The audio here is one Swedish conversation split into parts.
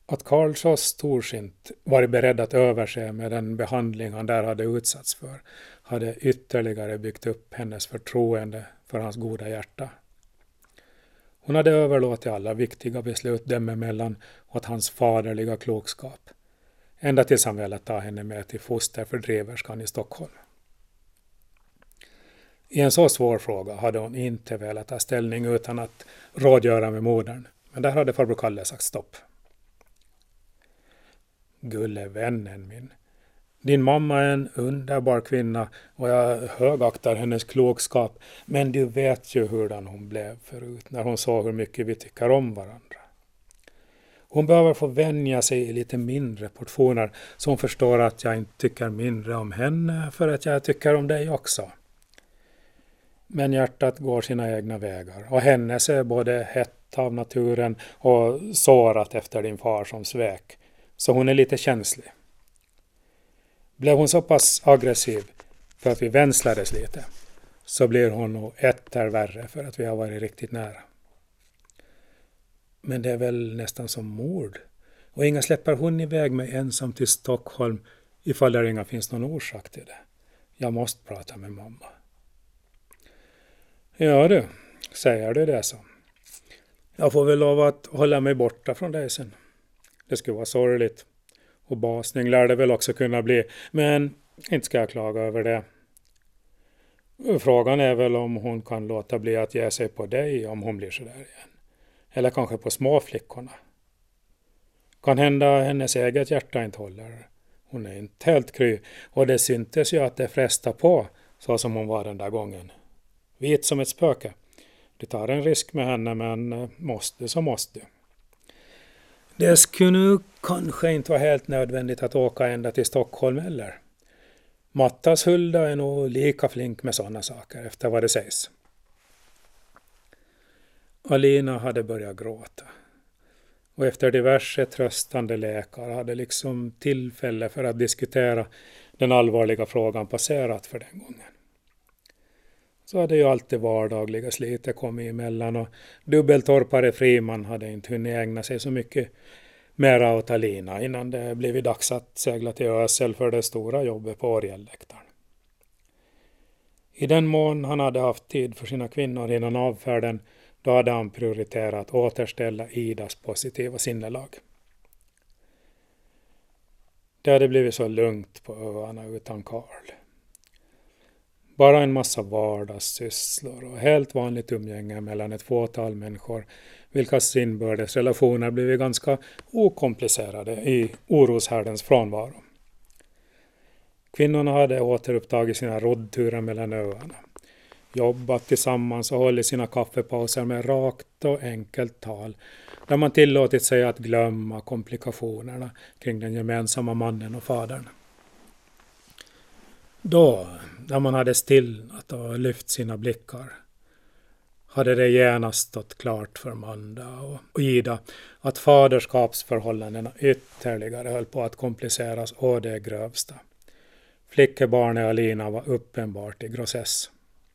Att Karl så storsint varit beredd att överse med den behandling han där hade utsatts för hade ytterligare byggt upp hennes förtroende för hans goda hjärta. Hon hade överlåtit alla viktiga beslut dem emellan åt hans faderliga klokskap, ända tills han ville ta henne med till fosterfördriverskan i Stockholm. I en så svår fråga hade hon inte velat ta ställning utan att rådgöra med modern, men där hade farbror Kalle sagt stopp. Gulle vännen min, din mamma är en underbar kvinna och jag högaktar hennes klokskap, men du vet ju hurdan hon blev förut när hon såg hur mycket vi tycker om varandra. Hon behöver få vänja sig i lite mindre portioner så hon förstår att jag inte tycker mindre om henne för att jag tycker om dig också. Men hjärtat går sina egna vägar och hennes är både hett av naturen och sårat efter din far som svek, så hon är lite känslig. Blev hon så pass aggressiv för att vi vänslades lite, så blir hon nog etter värre för att vi har varit riktigt nära. Men det är väl nästan som mord. Och inga släpper hon iväg mig ensam till Stockholm ifall det inga finns någon orsak till det. Jag måste prata med mamma. Ja du, säger du det så. Jag får väl lov att hålla mig borta från dig sen. Det skulle vara sorgligt. Och basning lär det väl också kunna bli. Men inte ska jag klaga över det. Frågan är väl om hon kan låta bli att ge sig på dig om hon blir så där igen. Eller kanske på småflickorna. Kan hända hennes eget hjärta inte håller. Hon är inte helt kry. Och det syntes ju att det frestar på så som hon var den där gången. Vit som ett spöke. Du tar en risk med henne, men måste så måste du. Det skulle kanske inte vara helt nödvändigt att åka ända till Stockholm heller. Mattas Hulda är nog lika flink med sådana saker efter vad det sägs. Alina hade börjat gråta. Och efter diverse tröstande lekar hade liksom tillfälle för att diskutera den allvarliga frågan passerat för den gången. Så hade ju alltid vardagliga slitet kommit emellan och dubbeltorpare Friman hade inte hunnit ägna sig så mycket mera åt Alina innan det blev dags att segla till Ösel för det stora jobbet på orgelläktaren. I den mån han hade haft tid för sina kvinnor innan avfärden, då hade han prioriterat att återställa Idas positiva sinnelag. Det hade blivit så lugnt på öarna utan Karl. Bara en massa vardagssysslor och helt vanligt umgänge mellan ett fåtal människor, vilkas inbördes relationer blivit ganska okomplicerade i oroshärdens frånvaro. Kvinnorna hade återupptagit sina roddturer mellan öarna, jobbat tillsammans och hållit sina kaffepauser med rakt och enkelt tal, där man tillåtit sig att glömma komplikationerna kring den gemensamma mannen och fadern. Då, när man hade stillnat och lyft sina blickar, hade det genast stått klart för Manda och Ida att faderskapsförhållandena ytterligare höll på att kompliceras å det grövsta. Flickebarnet Alina var uppenbart i grossess.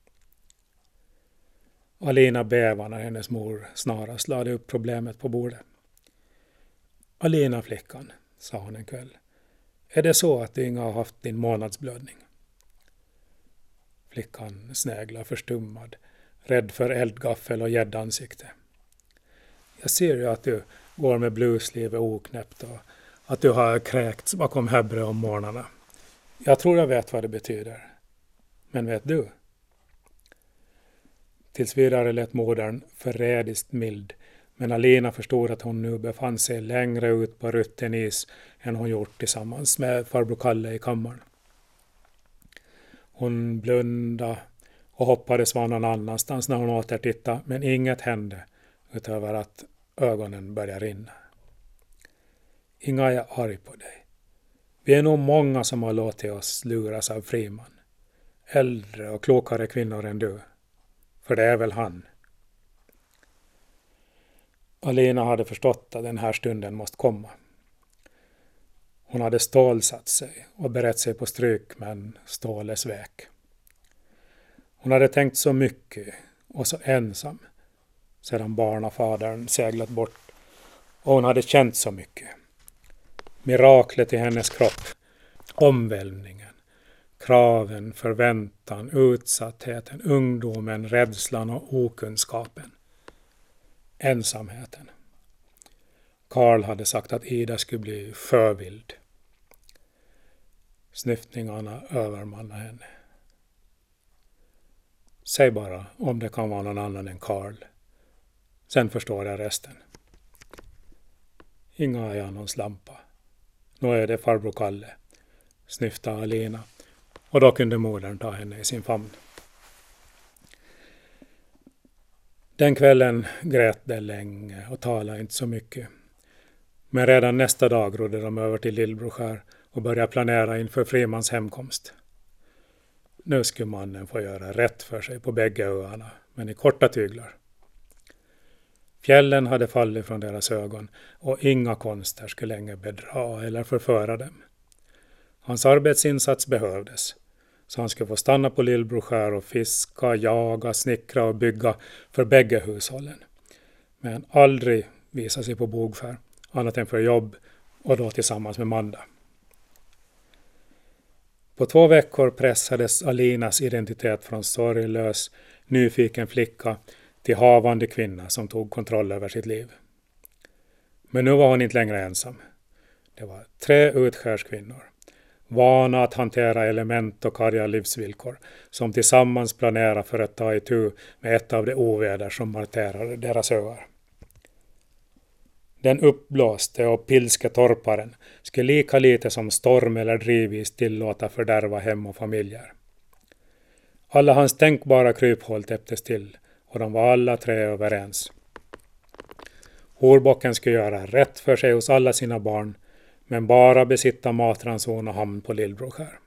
Alina bävade när hennes mor snarast lade upp problemet på bordet. Alina flickan, sa hon en kväll, är det så att du inte har haft din månadsblödning? Flickan snäglar förstummad, rädd för eldgaffel och gäddansikte. Jag ser ju att du går med bluslivet oknäppt och att du har kräkts bakom häbre om morgnarna. Jag tror jag vet vad det betyder. Men vet du? Tills vidare lät modern förrädiskt mild, men Alina förstod att hon nu befann sig längre ut på rutten is än hon gjort tillsammans med farbror Kalle i kammaren. Hon blundade och hoppades vara någon annanstans när hon återtittade, men inget hände utöver att ögonen började rinna. Inga är arg på dig. Vi är nog många som har låtit oss luras av Friman. Äldre och klokare kvinnor än du. För det är väl han. Alina hade förstått att den här stunden måste komma. Hon hade stålsatt sig och berett sig på stryk, men ståle svek. Hon hade tänkt så mycket och så ensam sedan barnafadern seglat bort och hon hade känt så mycket. Miraklet i hennes kropp, omvälvningen, kraven, förväntan, utsattheten, ungdomen, rädslan och okunskapen. Ensamheten. Karl hade sagt att Ida skulle bli för vild. Snyftningarna övermannade henne. Säg bara om det kan vara någon annan än Karl. Sen förstår jag resten. Inga Janons lampa. Nu är det farbror Kalle, snyftade Alina, och då kunde modern ta henne i sin famn. Den kvällen grät de länge och talade inte så mycket. Men redan nästa dag rodde de över till Lillbroskär och började planera inför Frimans hemkomst. Nu skulle mannen få göra rätt för sig på bägge öarna, men i korta tyglar. Fjällen hade fallit från deras ögon och inga konster skulle längre bedra eller förföra dem. Hans arbetsinsats behövdes, så han skulle få stanna på Lillbroskär och fiska, jaga, snickra och bygga för bägge hushållen. Men aldrig visa sig på bogfär, annat än för jobb och då tillsammans med Manda. På 2 veckor pressades Alinas identitet från sorglös, nyfiken flicka till havande kvinna som tog kontroll över sitt liv. Men nu var hon inte längre ensam. Det var 3 utskärskvinnor, vana att hantera element och karga livsvillkor, som tillsammans planerar för att ta itu med ett av de oväder som marterade deras öar. Den uppblåste och pilske torparen skulle lika lite som storm eller drivis tillåta fördärva hem och familjer. Alla hans tänkbara kryphål täpptes till och de var alla 3 överens. Horbocken skulle göra rätt för sig hos alla sina barn, men bara besitta matranson och hamn på Lillbroskär.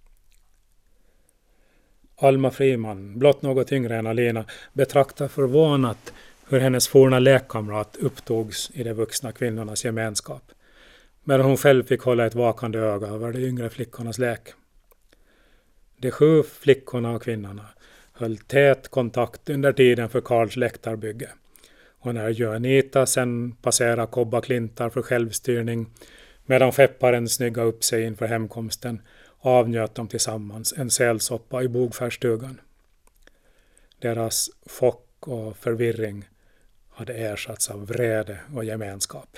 Alma Friman, blott något yngre än Alina, betraktade förvånat hur hennes forna lekkamrat upptogs i de vuxna kvinnornas gemenskap, medan hon själv fick hålla ett vakande öga över de yngre flickornas lek. De 7 flickorna och kvinnorna höll tät kontakt under tiden för Karls läktarbygge, och när Joanita sen passerade kobbaklintar för självstyrning medan skepparen snygga upp sig inför hemkomsten, avnjöt de tillsammans en sälsoppa i bogfärstugan. Deras chock och förvirring hade ersatts av vrede och gemenskap.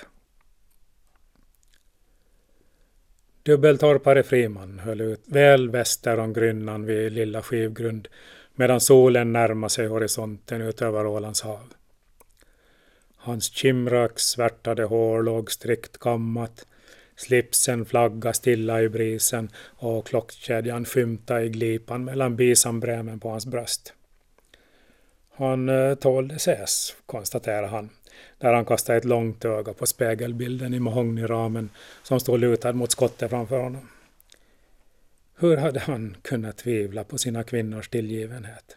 Dubbeltorpare Friman höll ut väl väster om grynnan vid Lilla Skivgrund medan solen närmade sig horisonten ut över Ålands hav. Hans kimrök svärtade hår låg strikt kammat, slipsen flagga stilla i brisen och klockkedjan skymta i glipan mellan bisambrämen på hans bröst. Han tålde ses, konstaterade han, där han kastade ett långt öga på spegelbilden i mahognyramen som stod lutad mot skottet framför honom. Hur hade han kunnat tvivla på sina kvinnors tillgivenhet?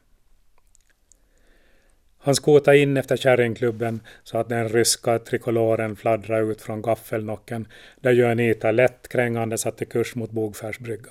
Han skotade in efter kärringklubben så att den ryska trikoloren fladdrade ut från gaffelnocken där Joanita lätt krängande satte kurs mot Bogfärsbrygga.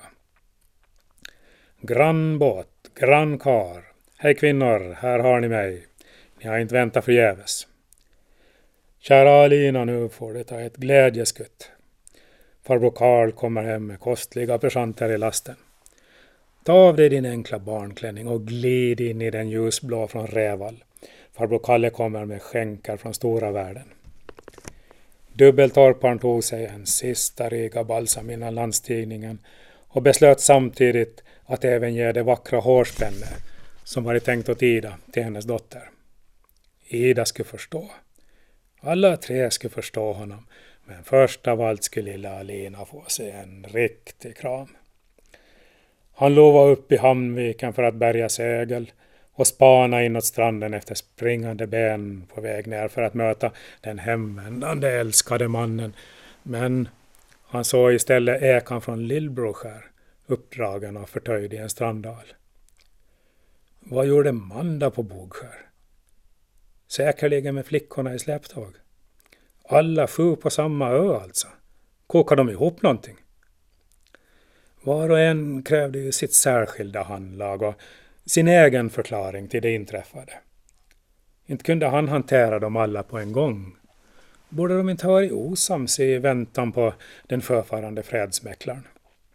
Grann båt, grann kar. Hej kvinnor, här har ni mig. Ni har inte väntat förgäves. Kära Alina, nu får det ta ett glädjeskutt. Farbror Karl kommer hem med kostliga presenter i lasten. Ta av dig din enkla barnklänning och glid in i den ljusblå från Rävall. Farbror Kalle kommer med skänker från stora världen. Dubbeltorparen tog sig en sista riga balsam innan landstigningen och beslöt samtidigt att även ge det vackra hårspänne som varit tänkt åt Ida till hennes dotter. Ida skulle förstå. Alla 3 skulle förstå honom, men först av allt skulle lilla Alina få sig en riktig kram. Han lovade upp i hamnviken för att bärga segel och spana inåt stranden efter springande ben på väg ner för att möta den hemvändande älskade mannen. Men han såg istället ekan från Lillbroskär, uppdragen och förtöjd i en stranddal. Vad gjorde Manda på Bogskär? Säkerligen med flickorna i släptåg. Alla 7 på samma ö alltså. Kokade de ihop någonting? Var och en krävde ju sitt särskilda handlag och sin egen förklaring till det inträffade. Inte kunde han hantera dem alla på en gång. Borde de inte ha varit osams i väntan på den förfarande fredsmäklaren?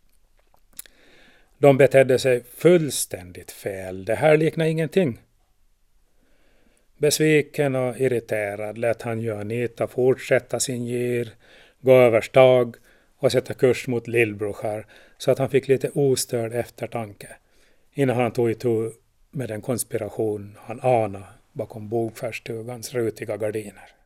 De betedde sig fullständigt fel. Det här liknar ingenting. Besviken och irriterad lät han Juanita fortsätta sin gir, gå över stag och sätta kurs mot Lillbroskär så att han fick lite ostörd eftertanke innan han tog itu med den konspiration han anade bakom bogfärstugans rutiga gardiner.